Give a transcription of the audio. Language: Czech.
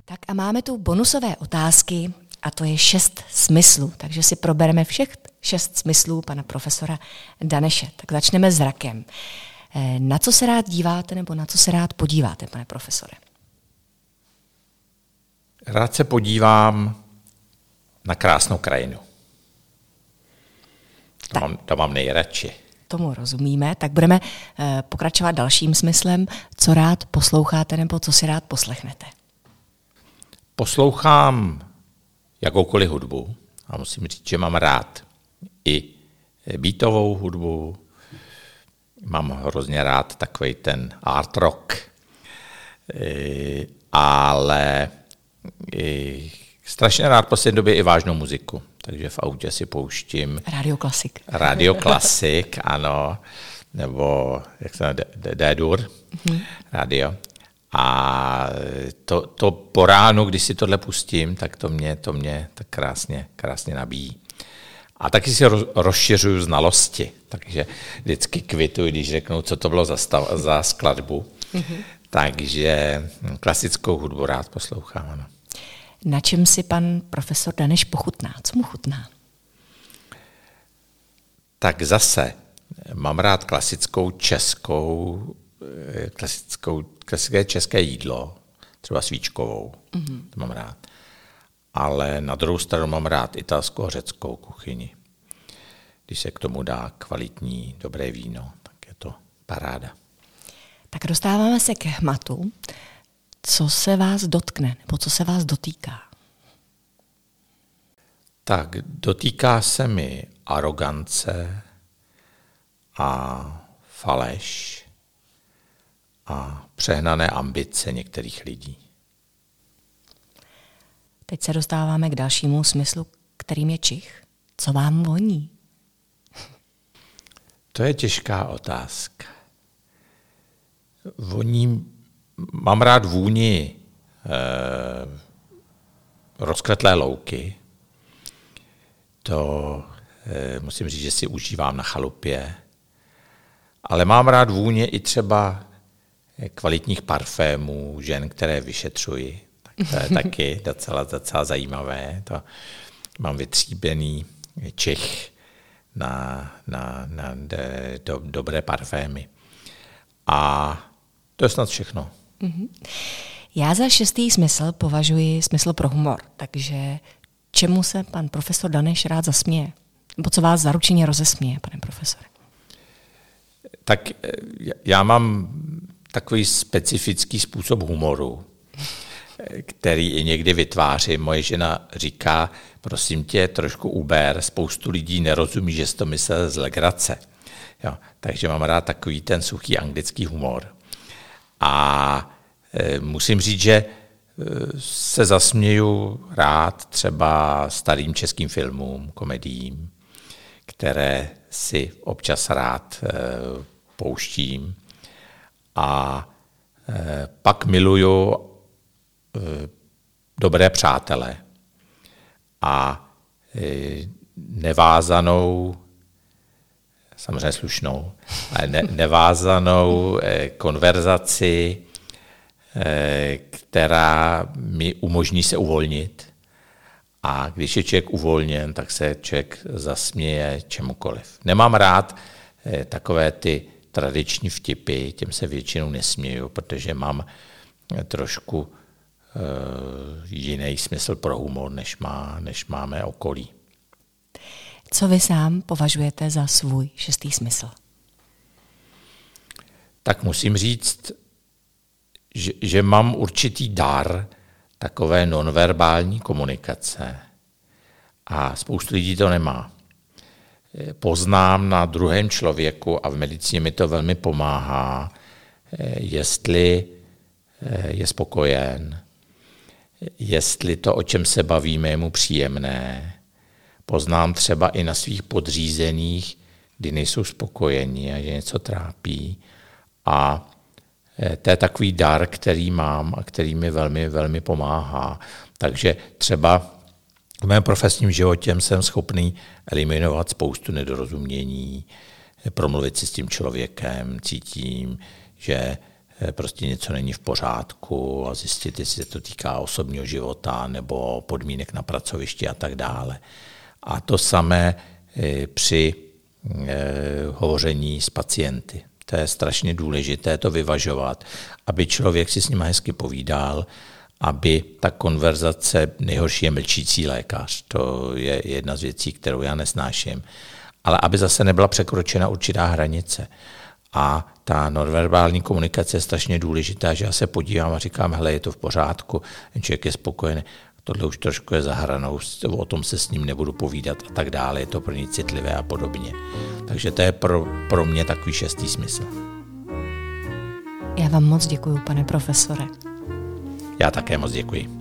Tak a máme tu bonusové otázky a to je 6 smyslů, takže si probereme všech 6 smyslů pana profesora Daneše. Tak začneme zrakem. Na co se rád díváte nebo na co se rád podíváte, pane profesore? Rád se podívám na krásnou krajinu. To mám nejradši. Tomu rozumíme, tak budeme pokračovat dalším smyslem. Co rád posloucháte nebo co si rád poslechnete? Poslouchám jakoukoliv hudbu a musím říct, že mám rád i beatovou hudbu. Mám hrozně rád takový ten art rock, ale strašně rád v poslední době i vážnou muziku. Takže v autě si pouštím Radioklasik, ano, nebo jak se jmenuje, D-dur, radio. A to po ránu, když si tohle pustím, tak to mě tak krásně nabíjí. A taky si rozšiřuju znalosti, takže vždycky kvituji, když řeknu, co to bylo za skladbu. Takže klasickou hudbu rád poslouchám, ano. Na čem si pan profesor Daneš pochutná? Co mu chutná? Tak zase mám rád klasické české jídlo, třeba svíčkovou, to mám rád. Ale na druhou stranu mám rád italskou a řeckou kuchyni. Když se k tomu dá kvalitní, dobré víno, tak je to paráda. Tak dostáváme se k hmatu. Co se vás dotkne, nebo co se vás dotýká? Tak dotýká se mi arogance a faleš a přehnané ambice některých lidí. Teď se dostáváme k dalšímu smyslu, kterým je čich. Co vám voní? To je těžká otázka. Mám rád vůni rozkvetlé louky. To musím říct, že si užívám na chalupě. Ale mám rád vůně i třeba kvalitních parfémů, žen, které vyšetřuji. Tak to je taky docela zajímavé. To mám vytříbený čich na dobré parfémy. A to je snad všechno. Já za 6. smysl považuji smysl pro humor, takže čemu se pan profesor Daneš rád zasměje? Nebo co vás zaručeně rozesměje, pane profesore? Tak já mám takový specifický způsob humoru, který i někdy vytvářím. Moje žena říká, prosím tě, trošku uber, spoustu lidí nerozumí, že jsi to myslel z legrace. Jo, takže mám rád takový ten suchý anglický humor. A musím říct, že se zasměju rád třeba starým českým filmům, komediím, které si občas rád pouštím. A pak miluju dobré přátele a nevázanou, samozřejmě slušnou, ale nevázanou konverzaci, která mi umožní se uvolnit. A když je člověk uvolněn, tak se člověk zasměje čemukoliv. Nemám rád takové ty tradiční vtipy, těm se většinou nesměju, protože mám trošku jiný smysl pro humor, než máme okolí. Co vy sám považujete za svůj 6. smysl? Tak musím říct, že mám určitý dar takové nonverbální komunikace a spoustu lidí to nemá. Poznám na druhém člověku a v medicíně mi to velmi pomáhá, jestli je spokojen, jestli to, o čem se bavíme, je mu příjemné. Poznám třeba i na svých podřízených, kdy nejsou spokojení a že něco trápí. A to je takový dar, který mám a který mi velmi, velmi pomáhá. Takže třeba v mém profesním životě jsem schopný eliminovat spoustu nedorozumění, promluvit si s tím člověkem, cítím, že prostě něco není v pořádku a zjistit, jestli se to týká osobního života nebo podmínek na pracovišti a tak dále. A to samé při hovoření s pacienty. To je strašně důležité to vyvažovat, aby člověk si s nima hezky povídal, aby ta konverzace, nejhorší je mlčící lékař, to je jedna z věcí, kterou já nesnáším, ale aby zase nebyla překročena určitá hranice. A ta nonverbální komunikace je strašně důležitá, že já se podívám a říkám, hele, je to v pořádku, člověk je spokojený, tohle už trošku je za hranou, o tom se s ním nebudu povídat a tak dále, je to pro ně citlivé a podobně. Takže to je pro mě takový 6. smysl. Já vám moc děkuju, pane profesore. Já také moc děkuji.